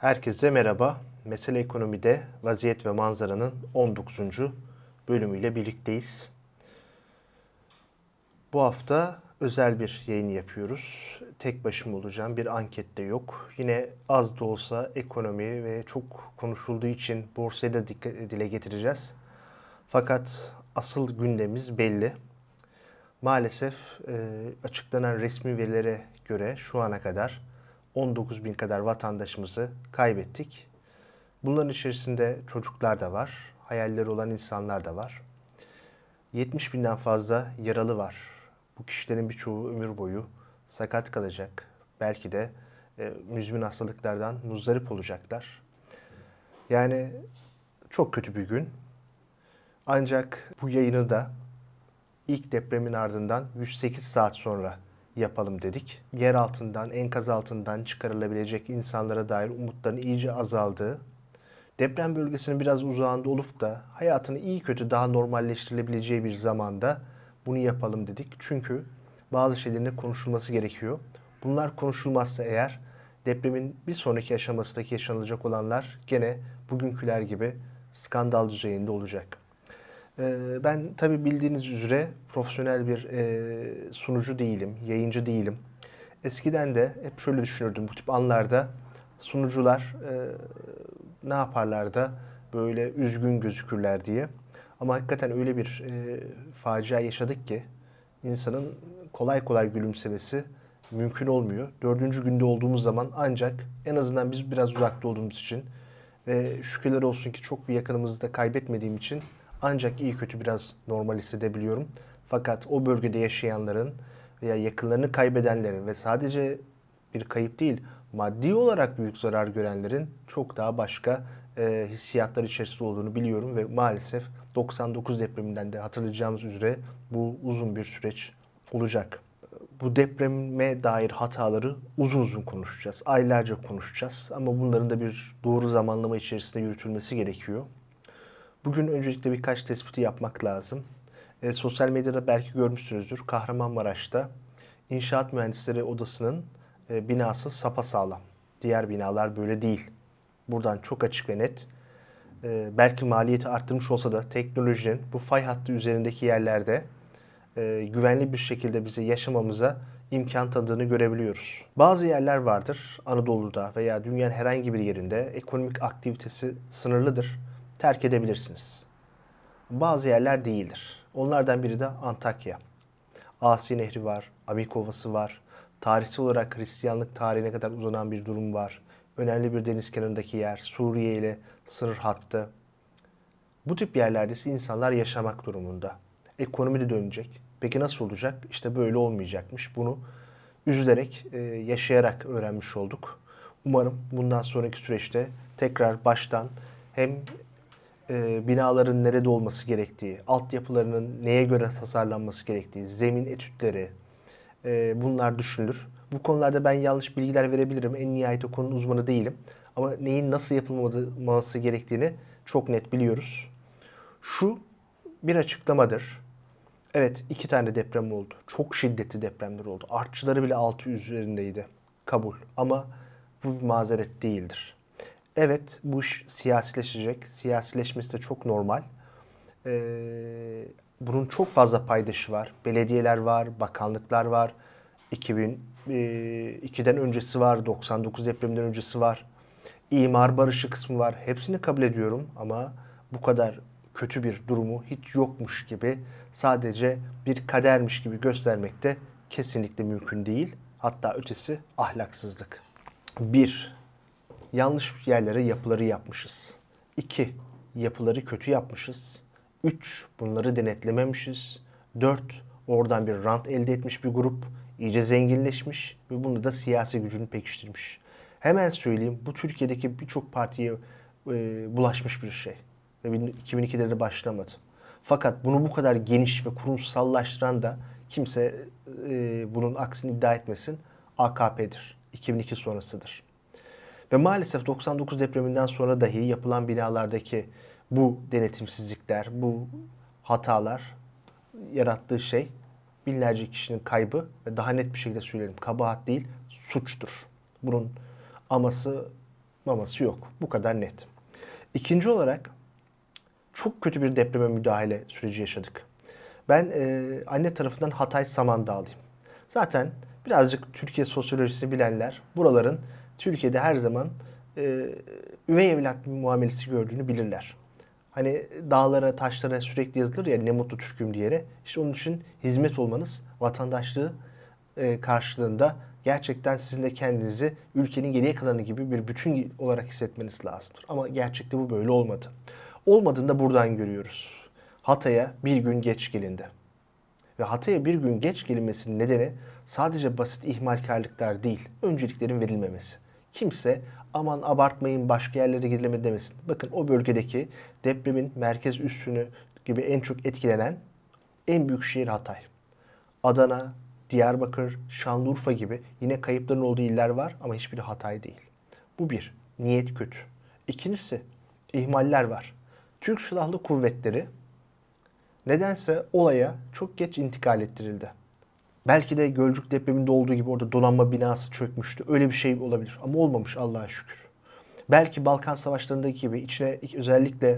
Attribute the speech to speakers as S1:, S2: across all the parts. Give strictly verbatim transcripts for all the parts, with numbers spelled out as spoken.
S1: Herkese merhaba. Mesele Ekonomi'de Vaziyet ve Manzara'nın on dokuzuncu bölümüyle birlikteyiz. Bu hafta özel bir yayın yapıyoruz. Tek başıma olacağım. Bir anket de yok. Yine az da olsa ekonomi ve çok konuşulduğu için borsayı da dile getireceğiz. Fakat asıl gündemimiz belli. Maalesef e, açıklanan resmi verilere göre şu ana kadar on dokuz bin kadar vatandaşımızı kaybettik. Bunların içerisinde çocuklar da var, hayalleri olan insanlar da var. yetmiş binden fazla yaralı var. Bu kişilerin birçoğu ömür boyu sakat kalacak. Belki de e, müzmin hastalıklardan muzdarip olacaklar. Yani çok kötü bir gün. Ancak bu yayını da ilk depremin ardından yüz sekiz saat sonra yapalım dedik. Yer altından, enkaz altından çıkarılabilecek insanlara dair umutların iyice azaldığı, deprem bölgesinin biraz uzağında olup da hayatını iyi kötü daha normalleştirilebileceği bir zamanda bunu yapalım dedik. Çünkü bazı şeylerin de konuşulması gerekiyor. Bunlar konuşulmazsa eğer depremin bir sonraki aşamasındaki yaşanılacak olanlar gene bugünküler gibi skandal düzeyinde olacak. Ben tabii bildiğiniz üzere profesyonel bir sunucu değilim, yayıncı değilim. Eskiden de hep şöyle düşünürdüm bu tip anlarda sunucular ne yaparlar da böyle üzgün gözükürler diye. Ama hakikaten öyle bir facia yaşadık ki insanın kolay kolay gülümsemesi mümkün olmuyor. Dördüncü günde olduğumuz zaman ancak en azından biz biraz uzakta olduğumuz için ve şükürler olsun ki çok bir yakınımızı da kaybetmediğim için ancak iyi kötü biraz normal hissedebiliyorum. Fakat o bölgede yaşayanların veya yakınlarını kaybedenlerin ve sadece bir kayıp değil, maddi olarak büyük zarar görenlerin çok daha başka e, hissiyatlar içerisinde olduğunu biliyorum ve maalesef doksan dokuz depreminden de hatırlayacağımız üzere bu uzun bir süreç olacak. Bu depreme dair hataları uzun uzun konuşacağız, aylarca konuşacağız ama bunların da bir doğru zamanlama içerisinde yürütülmesi gerekiyor. Bugün öncelikle birkaç tespiti yapmak lazım. E, sosyal medyada belki görmüşsünüzdür. Kahramanmaraş'ta İnşaat Mühendisleri Odası'nın e, binası sapasağlam. Diğer binalar böyle değil. Buradan çok açık ve net. E, belki maliyeti arttırmış olsa da teknolojinin bu fay hattı üzerindeki yerlerde e, güvenli bir şekilde bize yaşamamıza imkan tanıdığını görebiliyoruz. Bazı yerler vardır Anadolu'da veya dünyanın herhangi bir yerinde ekonomik aktivitesi sınırlıdır. Terk edebilirsiniz. Bazı yerler değildir. Onlardan biri de Antakya. Asi Nehri var, Amik Ovası var. Tarihsel olarak Hristiyanlık tarihine kadar uzanan bir durum var. Önemli bir deniz kenarındaki yer, Suriye ile sınır hattı. Bu tip yerlerde ise insanlar yaşamak durumunda. Ekonomi de dönecek. Peki nasıl olacak? İşte böyle olmayacakmış. Bunu üzülerek, yaşayarak öğrenmiş olduk. Umarım bundan sonraki süreçte tekrar baştan hem e, binaların nerede olması gerektiği, altyapılarının neye göre tasarlanması gerektiği, zemin etütleri e, bunlar düşünülür. Bu konularda ben yanlış bilgiler verebilirim. En nihayet o konunun uzmanı değilim. Ama neyin nasıl yapılması gerektiğini çok net biliyoruz. Şu bir açıklamadır. Evet, iki tane deprem oldu. Çok şiddetli depremler oldu. Artçıları bile altı üzerindeydi. Kabul. Ama bu bir mazeret değildir. Evet, bu iş siyasileşecek. Siyasileşmesi de çok normal. Ee, bunun çok fazla paydaşı var. Belediyeler var, bakanlıklar var. iki bin ikiden öncesi var, doksan dokuz depreminden öncesi var. İmar barışı kısmı var. Hepsini kabul ediyorum ama bu kadar kötü bir durumu hiç yokmuş gibi, sadece bir kadermiş gibi göstermek de kesinlikle mümkün değil. Hatta ötesi ahlaksızlık. Bir, yanlış yerlere yapıları yapmışız. İki, yapıları kötü yapmışız. Üç, bunları denetlememişiz. Dört, oradan bir rant elde etmiş bir grup, iyice zenginleşmiş ve bunu da siyasi gücünü pekiştirmiş. Hemen söyleyeyim, bu Türkiye'deki birçok partiye e, bulaşmış bir şey. Ve iki bin ikide de başlamadı. Fakat bunu bu kadar geniş ve kurumsallaştıran da kimse e, bunun aksini iddia etmesin, A K P'dir. iki bin iki sonrasıdır. Ve maalesef doksan dokuz depreminden sonra dahi yapılan binalardaki bu denetimsizlikler, bu hatalar yarattığı şey binlerce kişinin kaybı ve daha net bir şekilde söyleyelim, kabahat değil, suçtur. Bunun aması maması yok. Bu kadar net. İkinci olarak çok kötü bir depreme müdahale süreci yaşadık. Ben e, anne tarafından Hatay Samandağlıyım. Zaten birazcık Türkiye sosyolojisi bilenler buraların Türkiye'de her zaman e, üvey evlat muamelesi gördüğünü bilirler. Hani dağlara, taşlara sürekli yazılır ya ne mutlu Türk'üm diyerek. İşte onun için hizmet olmanız vatandaşlığı e, karşılığında gerçekten sizin de kendinizi ülkenin geriye kalanı gibi bir bütün olarak hissetmeniz lazımdır. Ama gerçekte bu böyle olmadı. Olmadığında buradan görüyoruz. Hatay'a bir gün geç gelindi. Ve Hatay'a bir gün geç gelinmesinin nedeni sadece basit ihmalkarlıklar değil, önceliklerin verilmemesi. Kimse aman abartmayın başka yerlere gidilmedi demesin. Bakın o bölgedeki depremin merkez üssünü gibi en çok etkilenen en büyük şehir Hatay. Adana, Diyarbakır, Şanlıurfa gibi yine kayıpların olduğu iller var ama hiçbiri Hatay değil. Bu bir, niyet kötü. İkincisi, ihmaller var. Türk Silahlı Kuvvetleri nedense olaya çok geç intikal ettirildi. Belki de Gölcük depreminde olduğu gibi orada donanma binası çökmüştü. Öyle bir şey olabilir ama olmamış Allah'a şükür. Belki Balkan Savaşları'ndaki gibi içine özellikle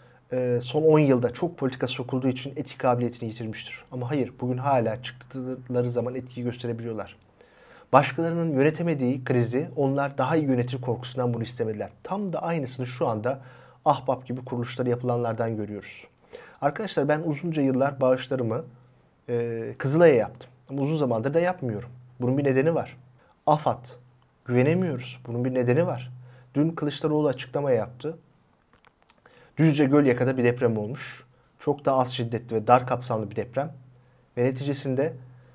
S1: son on yılda çok politika sokulduğu için etki kabiliyetini yitirmiştir. Ama hayır, bugün hala çıktıkları zaman etki gösterebiliyorlar. Başkalarının yönetemediği krizi onlar daha iyi yönetir korkusundan bunu istemediler. Tam da aynısını şu anda Ahbap gibi kuruluşları yapılanlardan görüyoruz. Arkadaşlar ben uzunca yıllar bağışlarımı e, Kızılay'a yaptım. Ama uzun zamandır da yapmıyorum. Bunun bir nedeni var. AFAD. Güvenemiyoruz. Bunun bir nedeni var. Dün Kılıçdaroğlu açıklama yaptı. Düzce Gölyaka'da bir deprem olmuş. Çok da az şiddetli ve dar kapsamlı bir deprem. Ve neticesinde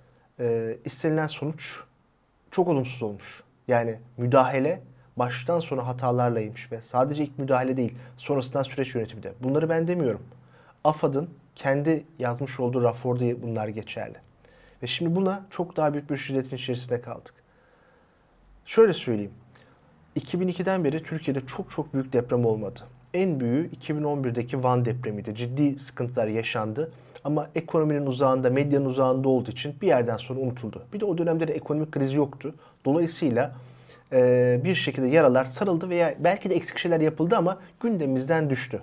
S1: e, istenilen sonuç çok olumsuz olmuş. Yani müdahale baştan sona hatalarlaymış ve sadece ilk müdahale değil, sonrasından süreç yönetimi de. Bunları ben demiyorum. AFAD'ın kendi yazmış olduğu raporda bunlar geçerli. Ve şimdi buna çok daha büyük bir şiddetin içerisinde kaldık. Şöyle söyleyeyim. iki bin ikiden beri Türkiye'de çok çok büyük deprem olmadı. En büyüğü iki bin on birdeki Van depremiydi. Ciddi sıkıntılar yaşandı. Ama ekonominin uzağında, medyanın uzağında olduğu için bir yerden sonra unutuldu. Bir de o dönemde de ekonomik kriz yoktu. Dolayısıyla e, bir şekilde yaralar sarıldı veya belki de eksik şeyler yapıldı ama gündemimizden düştü.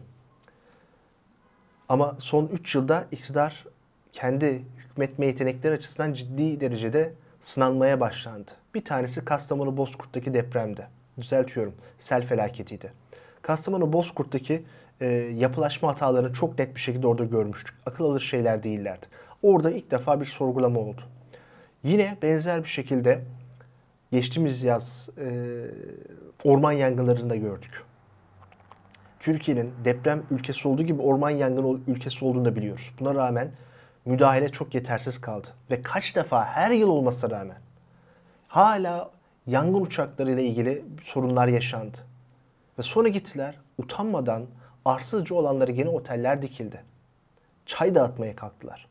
S1: Ama son üç yılda iktidar kendi hükmetme yetenekleri açısından ciddi derecede sınanmaya başlandı. Bir tanesi Kastamonu Bozkurt'taki depremde. Düzeltiyorum, sel felaketiydi. Kastamonu Bozkurt'taki e, yapılaşma hatalarını çok net bir şekilde orada görmüştük. Akıl alır şeyler değillerdi. Orada ilk defa bir sorgulama oldu. Yine benzer bir şekilde geçtiğimiz yaz e, orman yangınlarını da gördük. Türkiye'nin deprem ülkesi olduğu gibi orman yangını ülkesi olduğunu da biliyoruz. Buna rağmen müdahale çok yetersiz kaldı. Ve kaç defa her yıl olmasına rağmen hala yangın uçaklarıyla ilgili sorunlar yaşandı. Ve sonra gittiler utanmadan arsızca olanlara gene oteller dikildi. Çay dağıtmaya kalktılar.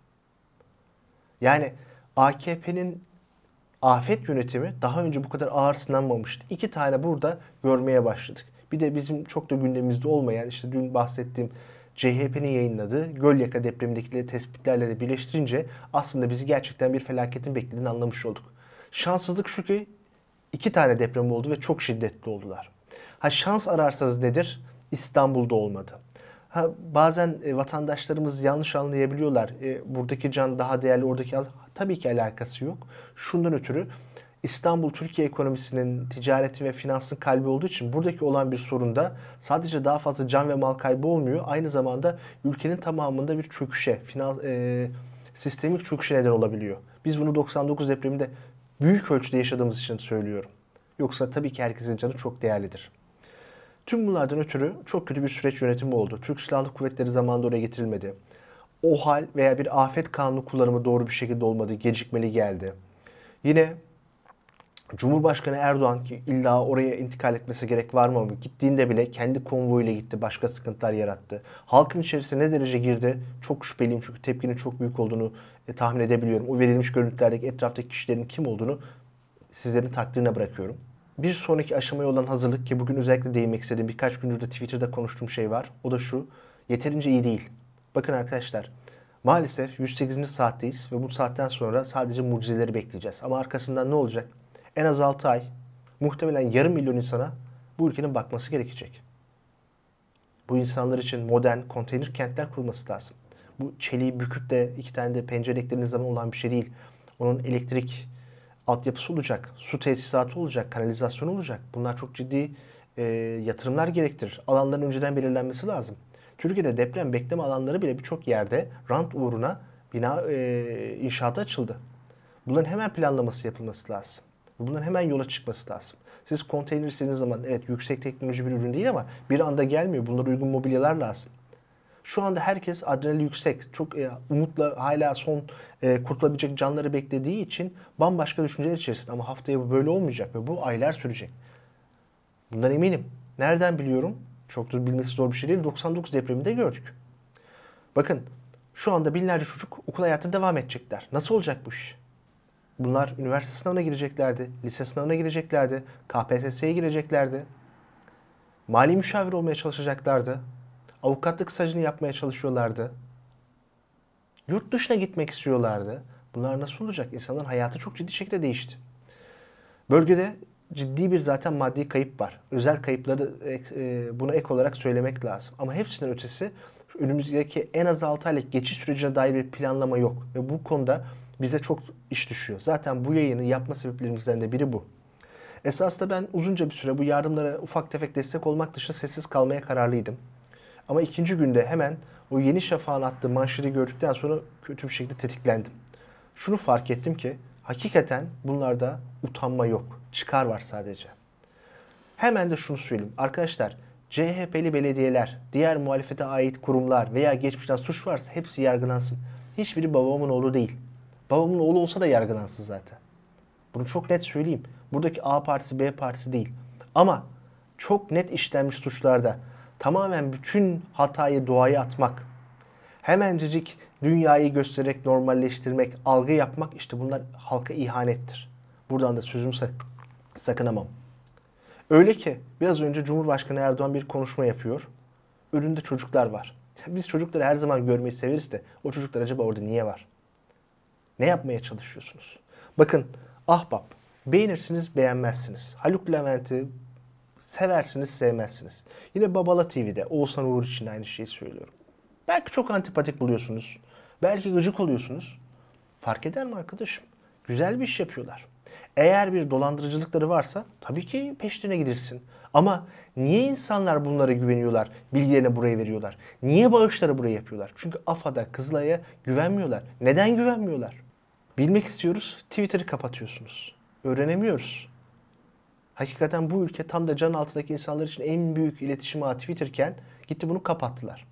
S1: Yani A K P'nin afet yönetimi daha önce bu kadar ağır sınanmamıştı. İki tane burada görmeye başladık. Bir de bizim çok da gündemimizde olmayan işte dün bahsettiğim C H P'nin yayınladığı Gölyaka depremindeki tespitlerle de birleştirince aslında bizi gerçekten bir felaketin beklediğini anlamış olduk. Şanssızlık şu ki iki tane deprem oldu ve çok şiddetli oldular. Ha şans ararsanız nedir? İstanbul'da olmadı. Ha bazen e, vatandaşlarımız yanlış anlayabiliyorlar. E, buradaki can daha değerli, oradaki az. Tabii ki alakası yok. Şundan ötürü İstanbul Türkiye ekonomisinin, ticareti ve finansın kalbi olduğu için buradaki olan bir sorunda sadece daha fazla can ve mal kaybı olmuyor. Aynı zamanda ülkenin tamamında bir çöküşe, finans, e, sistemik çöküşe neden olabiliyor. Biz bunu doksan dokuz depreminde büyük ölçüde yaşadığımız için söylüyorum. Yoksa tabii ki herkesin canı çok değerlidir. Tüm bunlardan ötürü çok kötü bir süreç yönetimi oldu. Türk Silahlı Kuvvetleri zamanında oraya getirilmedi. O hal veya bir afet kanunu kullanımı doğru bir şekilde olmadı, gecikmeli geldi. Yine Cumhurbaşkanı Erdoğan ki illa oraya intikal etmesi gerek var mı ama gittiğinde bile kendi konvoyuyla gitti, başka sıkıntılar yarattı. Halkın içerisine ne derece girdi çok şüpheliyim çünkü tepkinin çok büyük olduğunu e, tahmin edebiliyorum. O verilmiş görüntülerdeki etraftaki kişilerin kim olduğunu sizlerin takdirine bırakıyorum. Bir sonraki aşamaya olan hazırlık ki bugün özellikle değinmek istediğim birkaç gündür de Twitter'da konuştuğum şey var. O da şu, yeterince iyi değil. Bakın arkadaşlar, maalesef yüz sekizinci saatteyiz ve bu saatten sonra sadece mucizeleri bekleyeceğiz. Ama arkasından ne olacak? En az altı ay, muhtemelen yarım milyon insana bu ülkenin bakması gerekecek. Bu insanlar için modern konteyner kentler kurulması lazım. Bu çeliği büküp de iki tane de pencere eklediğiniz zaman olan bir şey değil. Onun elektrik altyapısı olacak, su tesisatı olacak, kanalizasyon olacak. Bunlar çok ciddi e, yatırımlar gerektirir. Alanların önceden belirlenmesi lazım. Türkiye'de deprem bekleme alanları bile birçok yerde rant uğruna bina e, inşaatı açıldı. Bunların hemen planlaması yapılması lazım. Bunların hemen yola çıkması lazım. Siz konteyner istediğiniz zaman evet yüksek teknoloji bir ürün değil ama bir anda gelmiyor. Bunlara uygun mobilyalar lazım. Şu anda herkes adrenali yüksek, çok e, umutla hala son e, kurtulabilecek canları beklediği için bambaşka düşünceler içerisinde. Ama haftaya bu böyle olmayacak ve bu aylar sürecek. Bundan eminim. Nereden biliyorum? Çok da bilmesi zor bir şey değil. doksan dokuz depreminde gördük. Bakın şu anda binlerce çocuk okul hayatına devam edecekler. Nasıl olacak bu iş? Bunlar üniversite sınavına gireceklerdi, lise sınavına gireceklerdi, K P S S'ye gireceklerdi. Mali müşavir olmaya çalışacaklardı. Avukatlık stajını yapmaya çalışıyorlardı. Yurt dışına gitmek istiyorlardı. Bunlar nasıl olacak? İnsanların hayatı çok ciddi şekilde değişti. Bölgede ciddi bir zaten maddi kayıp var. Özel kayıpları buna ek olarak söylemek lazım. Ama hepsinden ötesi önümüzdeki en az altı aylık geçiş sürecine dair bir planlama yok. Ve bu konuda bize çok iş düşüyor. Zaten bu yayını yapma sebeplerimizden de biri bu. Esasında ben uzunca bir süre bu yardımlara ufak tefek destek olmak dışında sessiz kalmaya kararlıydım. Ama ikinci günde hemen o Yeni Şafak'ın attığı manşeti gördükten sonra kötü bir şekilde tetiklendim. Şunu fark ettim ki hakikaten bunlarda utanma yok. Çıkar var sadece. Hemen de şunu söyleyeyim. Arkadaşlar C H P'li belediyeler, diğer muhalefete ait kurumlar veya geçmişten suç varsa hepsi yargılansın. Hiçbiri babamın oğlu değil. Babamın oğlu olsa da yargılansın zaten. Bunu çok net söyleyeyim. Buradaki A partisi B partisi değil. Ama çok net işlenmiş suçlarda tamamen bütün hatayı doğaya atmak, hemencecik dünyayı göstererek normalleştirmek, algı yapmak işte bunlar halka ihanettir. Buradan da sözümü sakınamam. Öyle ki biraz önce Cumhurbaşkanı Erdoğan bir konuşma yapıyor. Önünde çocuklar var. Biz çocukları her zaman görmeyi severiz de o çocuklar acaba orada niye var? Ne yapmaya çalışıyorsunuz? Bakın Ahbap, beğenirsiniz beğenmezsiniz. Haluk Levent'i seversiniz sevmezsiniz. Yine Babala T V'de Oğuzhan Uğur için aynı şeyi söylüyorum. Belki çok antipatik buluyorsunuz. Belki gıcık oluyorsunuz. Fark eder mi arkadaşım? Güzel bir iş yapıyorlar. Eğer bir dolandırıcılıkları varsa tabii ki peşlerine gidersin. Ama niye insanlar bunlara güveniyorlar, bilgilerini buraya veriyorlar? Niye bağışları buraya yapıyorlar? Çünkü AFAD'a, Kızılay'a güvenmiyorlar. Neden güvenmiyorlar? Bilmek istiyoruz, Twitter'ı kapatıyorsunuz. Öğrenemiyoruz. Hakikaten bu ülke tam da can altındaki insanlar için en büyük iletişim ağı Twitter'ken gitti bunu kapattılar.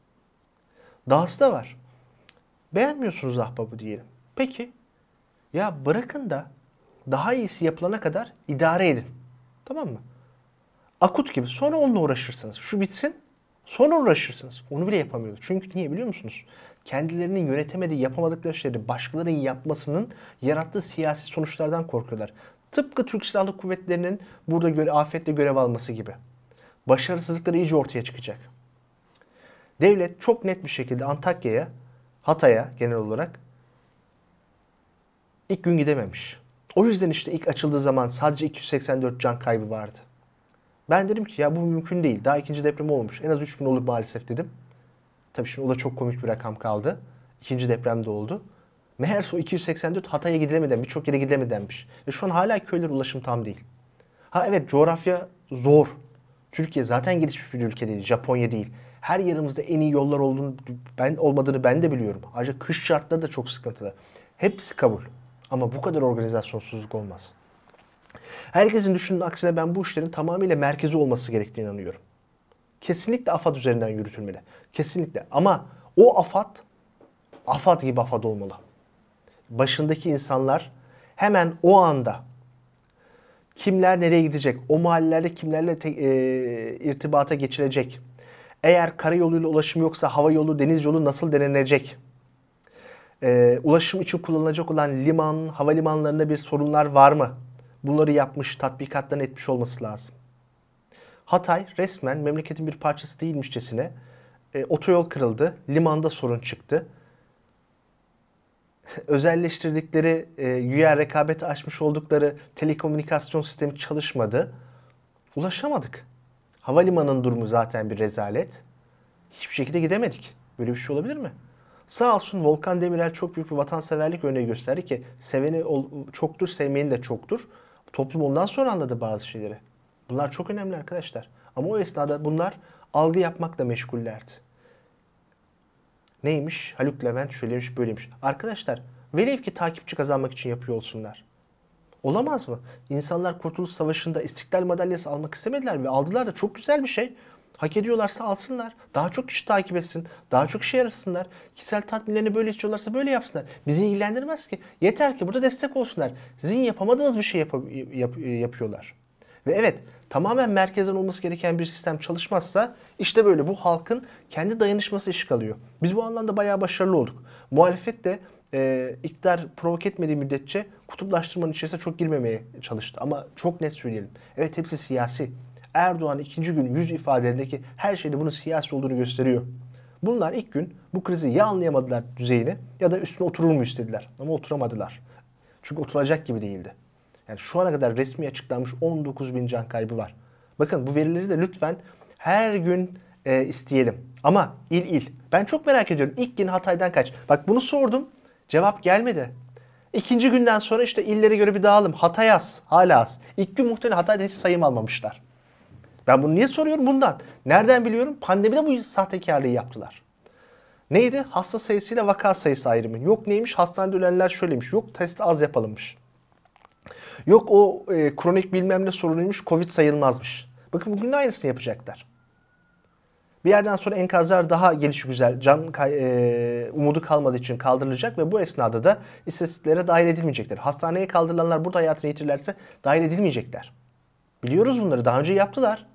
S1: Dahası da var. Beğenmiyorsunuz Ahbap'ı diyelim. Peki ya bırakın da daha iyisi yapılana kadar idare edin. Tamam mı? Akut gibi. Sonra onunla uğraşırsınız. Şu bitsin. Sonra uğraşırsınız. Onu bile yapamıyoruz. Çünkü niye biliyor musunuz? Kendilerinin yönetemediği, yapamadıkları şeyleri başkalarının yapmasının yarattığı siyasi sonuçlardan korkuyorlar. Tıpkı Türk Silahlı Kuvvetleri'nin burada göre, afetle görev alması gibi. Başarısızlıkları iyice ortaya çıkacak. Devlet çok net bir şekilde Antakya'ya, Hatay'a genel olarak ilk gün gidememiş. O yüzden işte ilk açıldığı zaman sadece iki yüz seksen dört can kaybı vardı. Ben dedim ki ya bu mümkün değil. Daha ikinci deprem olmuş. En az üç gün olur maalesef dedim. Tabii şimdi o da çok komik bir rakam kaldı. İkinci deprem de oldu. Meğerse o iki yüz seksen dört Hatay'a gidilemeden, birçok yere gidilemedenmiş. Ve şu an hala köylere ulaşım tam değil. Ha evet coğrafya zor. Türkiye zaten gelişmiş bir ülke değil. Japonya değil. Her yerimizde en iyi yollar olduğunu, ben olmadığını ben de biliyorum. Ayrıca kış şartları da çok sıkıntılı. Hepsi kabul. Ama bu kadar organizasyonsuzluk olmaz. Herkesin düşündüğü aksine ben bu işlerin tamamıyla merkezi olması gerektiğine inanıyorum. Kesinlikle AFAD üzerinden yürütülmeli. Kesinlikle. Ama o AFAD, AFAD gibi AFAD olmalı. Başındaki insanlar hemen o anda kimler nereye gidecek, o mahallelerde kimlerle te, e, irtibata geçilecek, eğer karayoluyla ulaşım yoksa hava yolu, deniz yolu nasıl denenecek, e, ulaşım için kullanılacak olan liman, havalimanlarında bir sorunlar var mı? Bunları yapmış, tatbikatlarını etmiş olması lazım. Hatay resmen memleketin bir parçası değilmişçesine e, otoyol kırıldı, limanda sorun çıktı. Özelleştirdikleri, e, güya rekabeti aşmış oldukları telekomünikasyon sistemi çalışmadı. Ulaşamadık. Havalimanının durumu zaten bir rezalet. Hiçbir şekilde gidemedik. Böyle bir şey olabilir mi? Sağ olsun Volkan Demirel çok büyük bir vatanseverlik örneği gösterdi ki seveni çoktur, sevmeyeni de çoktur. Toplum ondan sonra anladı bazı şeyleri. Bunlar çok önemli arkadaşlar. Ama o esnada bunlar algı yapmakla meşgullerdi. Neymiş? Haluk Levent şöyleymiş, böyleymiş. Arkadaşlar velev ki takipçi kazanmak için yapıyor olsunlar. Olamaz mı? İnsanlar Kurtuluş Savaşı'nda İstiklal Madalyası almak istemediler ve aldılar da çok güzel bir şey. Hak ediyorlarsa alsınlar. Daha çok kişi takip etsin. Daha çok kişi yarasınlar. Kişisel tatminlerini böyle istiyorlarsa böyle yapsınlar. Bizi ilgilendirmez ki. Yeter ki burada destek olsunlar. Sizin yapamadığınız bir şey yap yap yapıyorlar. Ve evet, tamamen merkezden olması gereken bir sistem çalışmazsa işte böyle bu halkın kendi dayanışması iş kalıyor. Biz bu anlamda bayağı başarılı olduk. Muhalefet de e, iktidar provoke etmediği müddetçe kutuplaştırmanın içerisine çok girmemeye çalıştı. Ama çok net söyleyelim. Evet, hepsi siyasi. Erdoğan ikinci gün yüz ifadelerindeki her şeyde bunun siyasi olduğunu gösteriyor. Bunlar ilk gün bu krizi ya anlayamadılar düzeyini ya da üstüne oturur mu istediler. Ama oturamadılar. Çünkü oturacak gibi değildi. Yani şu ana kadar resmi açıklanmış on dokuz bin can kaybı var. Bakın bu verileri de lütfen her gün e, isteyelim. Ama il il. Ben çok merak ediyorum. İlk gün Hatay'dan kaç? Bak bunu sordum. Cevap gelmedi. İkinci günden sonra işte illere göre bir dağılım. Hatay az. Hala az. İlk gün muhtemelen Hatay'da hiç sayım almamışlar. Ben bunu niye soruyorum? Bundan. Nereden biliyorum? Pandemide bu sahtekarlığı yaptılar. Neydi? Hasta sayısıyla vaka sayısı ayrımı. Yok neymiş? Hastanede ölenler şöyleymiş. Yok test az yapılmış. Yok o e, kronik bilmem ne sorunuymuş, Covid sayılmazmış. Bakın bugün de aynısını yapacaklar. Bir yerden sonra enkazlar daha gelişigüzel, can e, umudu kalmadığı için kaldırılacak ve bu esnada da istatistiklere dahil edilmeyecekler. Hastaneye kaldırılanlar burada hayatını yitirlerse dahil edilmeyecekler. Biliyoruz bunları. Daha önce yaptılar.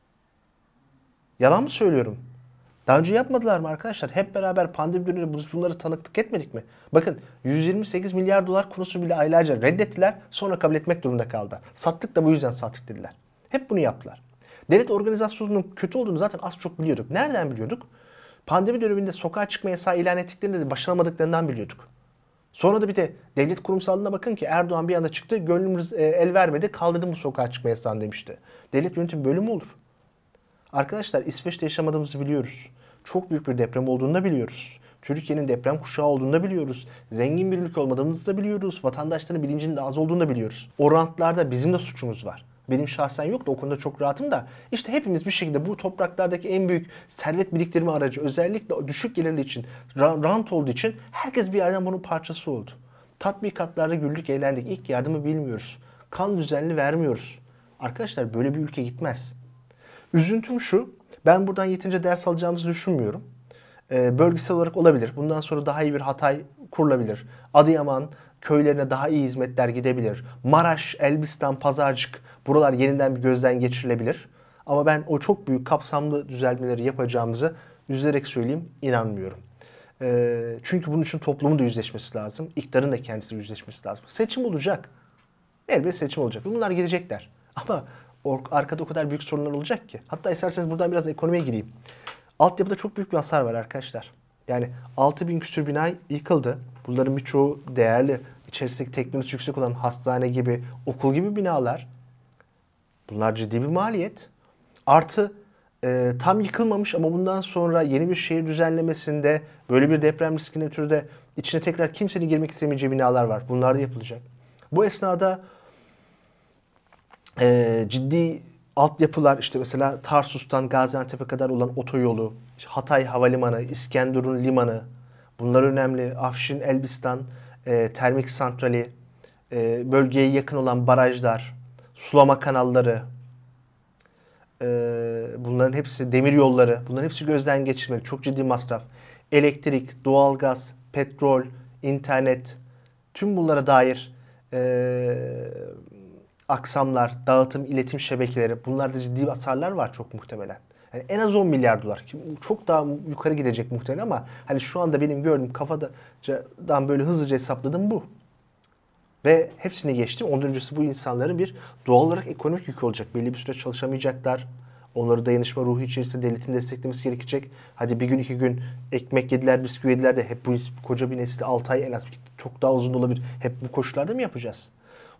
S1: Yalan mı söylüyorum? Daha önce yapmadılar mı arkadaşlar? Hep beraber pandemi döneminde bunları tanıklık etmedik mi? Bakın yüz yirmi sekiz milyar dolar konusu bile aylarca reddettiler. Sonra kabul etmek durumunda kaldı. Sattık da bu yüzden sattık dediler. Hep bunu yaptılar. Devlet organizasyonunun kötü olduğunu zaten az çok biliyorduk. Nereden biliyorduk? Pandemi döneminde sokağa çıkma yasağı ilan ettiklerinde de başaramadıklarından biliyorduk. Sonra da bir de devlet kurumsallığına bakın ki Erdoğan bir anda çıktı, gönlümüz el vermedi, kaldırdım bu sokağa çıkma yasağını demişti. Devlet yönetimi böyle mi olur? Arkadaşlar İsveç'te yaşamadığımızı biliyoruz. Çok büyük bir deprem olduğunu da biliyoruz. Türkiye'nin deprem kuşağı olduğunu da biliyoruz. Zengin bir ülke olmadığımızı da biliyoruz. Vatandaşların bilincinin de az olduğunu da biliyoruz. O rantlarda bizim de suçumuz var. Benim şahsen yok da o konuda çok rahatım da işte hepimiz bir şekilde bu topraklardaki en büyük servet biriktirme aracı özellikle düşük gelirli için, rant olduğu için herkes bir yerden bunun parçası oldu. Tatbikatlarda güldük, eğlendik. İlk yardımı bilmiyoruz. Kan düzenli vermiyoruz. Arkadaşlar böyle bir ülke gitmez. Üzüntüm şu, ben buradan yeterince ders alacağımızı düşünmüyorum. Ee, bölgesel olarak olabilir. Bundan sonra daha iyi bir Hatay kurulabilir. Adıyaman köylerine daha iyi hizmetler gidebilir. Maraş, Elbistan, Pazarcık buralar yeniden bir gözden geçirilebilir. Ama ben o çok büyük kapsamlı düzeltmeleri yapacağımızı üzülerek söyleyeyim inanmıyorum. Ee, çünkü bunun için toplumun da yüzleşmesi lazım. İktidarın da kendisi yüzleşmesi lazım. Seçim olacak. Elbette seçim olacak. Bunlar gidecekler. Ama arkada o kadar büyük sorunlar olacak ki. Hatta isterseniz buradan biraz ekonomiye gireyim. Altyapıda çok büyük bir hasar var arkadaşlar. Yani altı bin küsur bina yıkıldı. Bunların birçoğu değerli. İçerisindeki teknolojisi yüksek olan hastane gibi, okul gibi binalar. Bunlar ciddi bir maliyet. Artı e, tam yıkılmamış ama bundan sonra yeni bir şehir düzenlemesinde böyle bir deprem riskine ötürü de içine tekrar kimsenin girmek istemeyeceği binalar var. Bunlar da yapılacak. Bu esnada e, ciddi altyapılar işte mesela Tarsus'tan Gaziantep'e kadar olan otoyolu, Hatay Havalimanı, İskenderun Limanı bunlar önemli. Afşin, Elbistan, e, termik santrali, e, bölgeye yakın olan barajlar, sulama kanalları, e, bunların hepsi demir yolları, bunların hepsi gözden geçirmeli. Çok ciddi masraf. Elektrik, doğalgaz, petrol, internet tüm bunlara dair e, aksamlar, dağıtım, iletim şebekeleri bunlarda ciddi hasarlar var çok muhtemelen. Yani en az on milyar dolar. Çok daha yukarı gidecek muhtemelen ama hani şu anda benim gördüğüm kafadan böyle hızlıca hesapladım bu. Ve hepsini geçtim. Ondan öncesi bu insanların bir doğal olarak ekonomik yükü olacak. Belli bir süre çalışamayacaklar. Onları dayanışma ruhu içerisinde devletin desteklemesi gerekecek. Hadi bir gün iki gün ekmek yediler, bisküvi yediler de hep bu koca bir nesli altı ay en az çok daha uzun olabilir. Hep bu koşullarda mı yapacağız?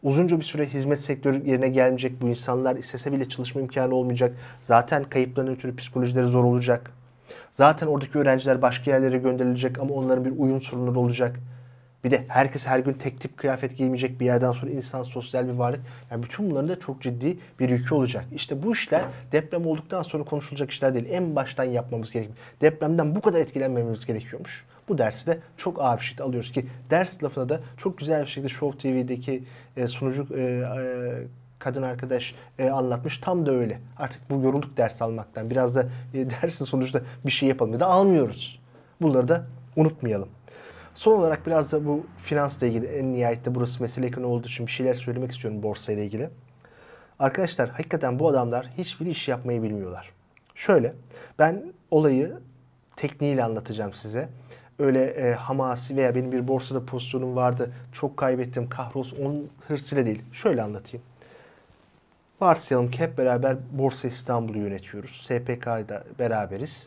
S1: Uzunca bir süre hizmet sektörü yerine gelmeyecek. Bu insanlar istese bile çalışma imkanı olmayacak. Zaten kayıpların ötürü psikolojileri zor olacak. Zaten oradaki öğrenciler başka yerlere gönderilecek ama onların bir uyum sorunları olacak. Bir de herkes her gün tek tip kıyafet giymeyecek, bir yerden sonra insan sosyal bir varlık. Yani bütün bunların da çok ciddi bir yükü olacak. İşte bu işler deprem olduktan sonra konuşulacak işler değil. En baştan yapmamız gerekiyor. Depremden bu kadar etkilenmememiz gerekiyormuş. Bu dersi de çok ağır bir şekilde alıyoruz ki ders lafına da çok güzel bir şekilde Show T V'deki e, sunucu e, e, kadın arkadaş e, anlatmış. Tam da öyle. Artık bu yorulduk ders almaktan. Biraz da e, dersin sonuçta bir şey yapalım ya da almıyoruz. Bunları da unutmayalım. Son olarak biraz da bu finansla ilgili, en nihayette burası mesele ekonomi olduğu için bir şeyler söylemek istiyorum borsayla ilgili. Arkadaşlar hakikaten bu adamlar hiçbir iş yapmayı bilmiyorlar. Şöyle, ben olayı tekniğiyle anlatacağım size. Öyle e, hamasi veya benim bir borsada pozisyonum vardı, çok kaybettim, kahrolsun, onun hırsıyla değil. Şöyle anlatayım. Varsayalım ki hep beraber Borsa İstanbul'u yönetiyoruz. S P K'da beraberiz.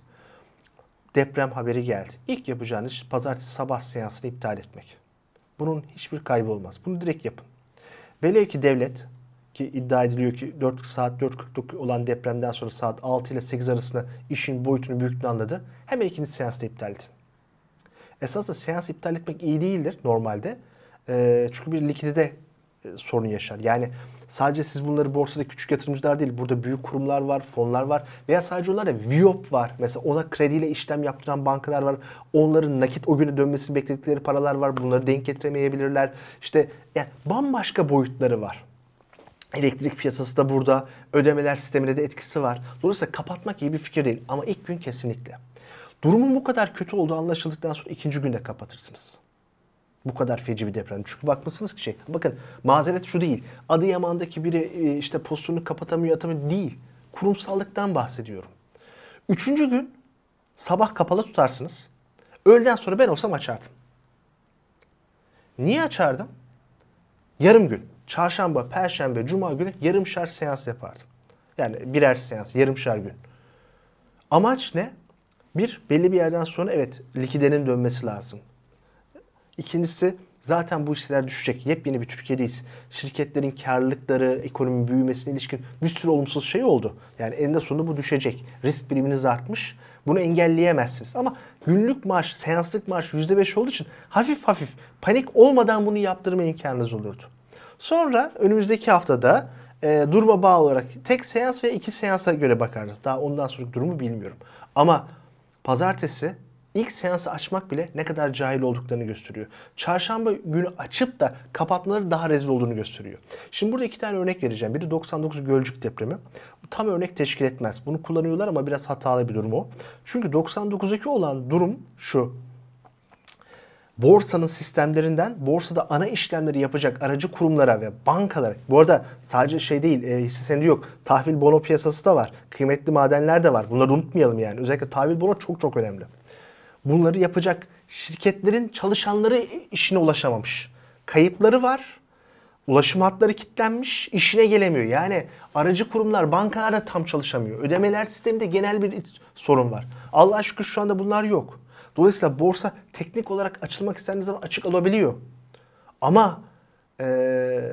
S1: Deprem haberi geldi. İlk yapacağınız iş pazartesi sabah seansını iptal etmek. Bunun hiçbir kaybı olmaz. Bunu direkt yapın. Velev ki devlet, ki iddia ediliyor ki dört saat dört kırk dokuz olan depremden sonra saat altı ile sekiz arasında işin boyutunu büyüklüğünü anladı. Hemen ikinci seansta iptal edin. Esasında seans iptal etmek iyi değildir normalde. E, çünkü bir likidite e, sorun yaşar. Yani sadece siz bunları borsada küçük yatırımcılar değil, burada büyük kurumlar var, fonlar var veya sadece onlar da Viyop var. Mesela ona krediyle işlem yaptıran bankalar var. Onların nakit o güne dönmesini bekledikleri paralar var. Bunları denk getiremeyebilirler. İşte yani bambaşka boyutları var. Elektrik piyasası da burada. Ödemeler sistemine de etkisi var. Dolayısıyla kapatmak iyi bir fikir değil. Ama ilk gün kesinlikle. Durumun bu kadar kötü olduğu anlaşıldıktan sonra ikinci günde kapatırsınız. Bu kadar feci bir deprem. Çünkü bakmışsınız ki şey, bakın mazeret şu değil. Adıyaman'daki biri işte pozisyonunu kapatamıyor, atamıyor değil. Kurumsallıktan bahsediyorum. Üçüncü gün sabah kapalı tutarsınız. Öğleden sonra ben olsam açardım. Niye açardım? Yarım gün. Çarşamba, Perşembe, Cuma günü yarımşar seans yapardım. Yani birer seans, yarımşar gün. Amaç ne? Bir, belli bir yerden sonra evet likidenin dönmesi lazım. İkincisi zaten bu hisseler düşecek. Yepyeni bir Türkiye'deyiz. Şirketlerin karlılıkları, ekonomi büyümesine ilişkin bir sürü olumsuz şey oldu. Yani eninde sonunda bu düşecek. Risk priminiz artmış. Bunu engelleyemezsiniz. Ama günlük maaş, seanslık maaş yüzde beş olduğu için hafif hafif panik olmadan bunu yaptırma imkanınız olurdu. Sonra önümüzdeki haftada e, duruma bağlı olarak tek seans ve iki seansa göre bakarız. Daha ondan sonraki durumu bilmiyorum. Ama pazartesi İlk seansı açmak bile ne kadar cahil olduklarını gösteriyor. Çarşamba günü açıp da kapatmaları daha rezil olduğunu gösteriyor. Şimdi burada iki tane örnek vereceğim. Biri doksan dokuz Gölcük depremi. Bu tam örnek teşkil etmez. Bunu kullanıyorlar ama biraz hatalı bir durum o. Çünkü doksan dokuzdaki olan durum şu. Borsanın sistemlerinden borsada ana işlemleri yapacak aracı kurumlara ve bankalara, bu arada sadece şey değil, e, hisse senedi yok, tahvil bono piyasası da var, kıymetli madenler de var. Bunları unutmayalım yani. Özellikle tahvil bono çok çok önemli. Bunları yapacak şirketlerin çalışanları işine ulaşamamış. Kayıpları var. Ulaşım hatları kilitlenmiş. İşine gelemiyor. Yani aracı kurumlar, bankalar da tam çalışamıyor. Ödemeler sisteminde genel bir sorun var. Allah'a şükür şu anda bunlar yok. Dolayısıyla borsa teknik olarak açılmak istendiği zaman açık olabiliyor. Ama ee,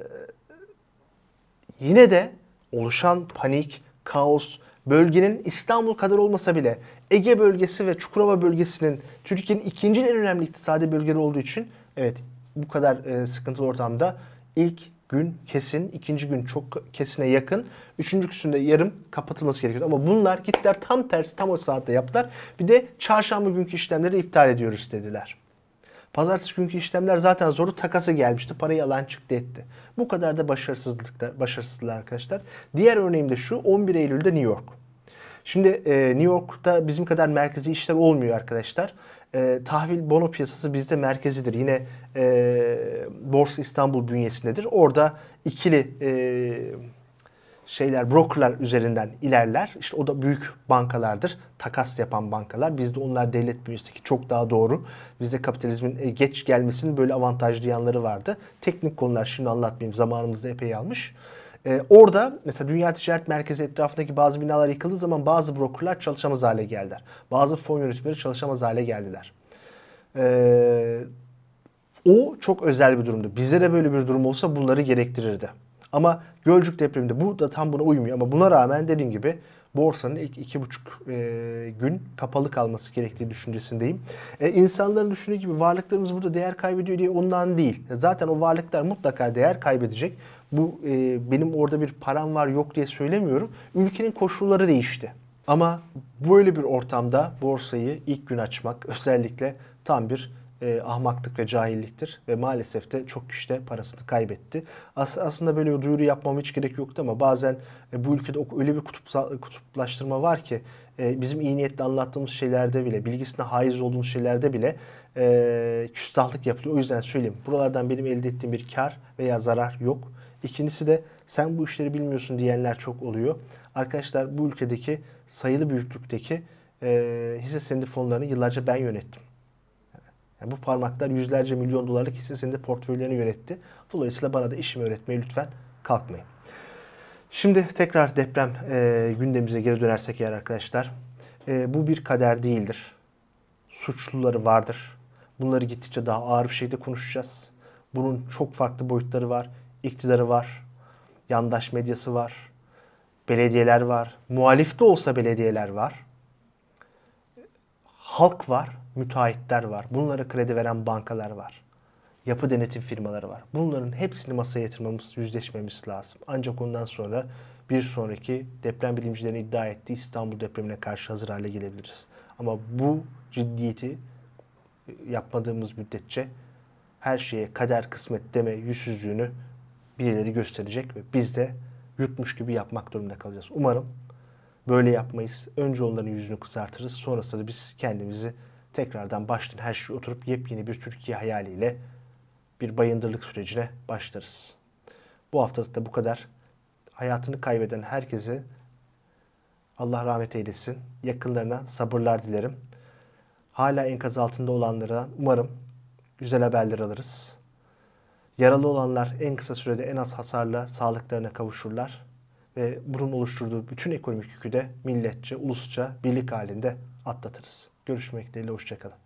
S1: yine de oluşan panik, kaos, bölgenin İstanbul kadar olmasa bile Ege bölgesi ve Çukurova bölgesinin Türkiye'nin ikinci en önemli iktisadi bölgeleri olduğu için evet bu kadar e, sıkıntılı ortamda ilk gün kesin, ikinci gün çok kesine yakın, üçüncüsünde yarım kapatılması gerekiyor. Ama bunlar gittiler tam tersi tam o saatte yaptılar. Bir de çarşamba günkü işlemleri iptal ediyoruz dediler. Pazartesi günkü işlemler zaten zoru, takası gelmişti. Parayı alan çıktı etti. Bu kadar da başarısızlıkta, başarısızlar arkadaşlar. Diğer örneğim de şu, on bir Eylül'de New York. Şimdi e, New York'ta bizim kadar merkezi işler olmuyor arkadaşlar. E, tahvil bono piyasası bizde merkezidir. Yine e, Borsa İstanbul bünyesindedir. Orada ikili e, şeyler, brokerlar üzerinden ilerler. İşte o da büyük bankalardır. Takas yapan bankalar. Bizde onlar devlet bünyesindeki çok daha doğru. Bizde kapitalizmin geç gelmesinin böyle avantajlı yanları vardı. Teknik konular şimdi anlatmayayım. Zamanımızda epey almış. Ee, orada mesela Dünya Ticaret Merkezi etrafındaki bazı binalar yıkıldığı zaman bazı brokerlar çalışamaz hale geldiler. Bazı fon yönetimleri çalışamaz hale geldiler. Ee, O çok özel bir durumdu. Bizde de böyle bir durum olsa bunları gerektirirdi. Ama Gölcük depreminde bu da tam buna uymuyor. Ama buna rağmen dediğim gibi borsanın ilk iki buçuk e, gün kapalı kalması gerektiği düşüncesindeyim. E, insanların düşündüğü gibi varlıklarımız burada değer kaybediyor diye ondan değil. Zaten o varlıklar mutlaka değer kaybedecek. Bu e, benim orada bir param var yok diye söylemiyorum. Ülkenin koşulları değişti. Ama böyle bir ortamda borsayı ilk gün açmak özellikle tam bir e, ahmaklık ve cahilliktir. Ve maalesef de çok kişi de parasını kaybetti. As aslında böyle bir duyuru yapmama hiç gerek yoktu ama bazen e, bu ülkede öyle bir kutup kutuplaştırma var ki e, bizim iyi niyetle anlattığımız şeylerde bile, bilgisine haiz olduğumuz şeylerde bile e, küstahlık yapılıyor. O yüzden söyleyeyim, buralardan benim elde ettiğim bir kar veya zarar yok. İkincisi de sen bu işleri bilmiyorsun diyenler çok oluyor. Arkadaşlar bu ülkedeki sayılı büyüklükteki e, hisse senedi fonlarını yıllarca ben yönettim. Yani bu parmaklar yüzlerce milyon dolarlık hisse senedi portföylerini yönetti. Dolayısıyla bana da işimi öğretmeye lütfen kalkmayın. Şimdi tekrar deprem e, gündemimize geri dönersek eğer arkadaşlar. E, bu bir kader değildir. Suçluları vardır. Bunları gittikçe daha ağır bir şekilde konuşacağız. Bunun çok farklı boyutları var. İktidarı var. Yandaş medyası var. Belediyeler var. Muhalif de olsa belediyeler var. Halk var. Müteahhitler var. Bunlara kredi veren bankalar var. Yapı denetim firmaları var. Bunların hepsini masaya yatırmamız, yüzleşmemiz lazım. Ancak ondan sonra bir sonraki deprem bilimcilerin iddia ettiği İstanbul depremine karşı hazır hale gelebiliriz. Ama bu ciddiyeti yapmadığımız müddetçe her şeye kader kısmet deme yüzsüzlüğünü birileri gösterecek ve biz de yutmuş gibi yapmak durumunda kalacağız. Umarım böyle yapmayız. Önce onların yüzünü kızartırız. Sonrasında da biz kendimizi tekrardan baştan her şey oturup yepyeni bir Türkiye hayaliyle bir bayındırlık sürecine başlarız. Bu haftalık da bu kadar. Hayatını kaybeden herkese Allah rahmet eylesin. Yakınlarına sabırlar dilerim. Hala enkaz altında olanlara umarım güzel haberler alırız. Yaralı olanlar en kısa sürede en az hasarla sağlıklarına kavuşurlar. Ve bunun oluşturduğu bütün ekonomik yükü de milletçe, ulusça, birlik halinde atlatırız. Görüşmek dileğiyle, hoşça kalın.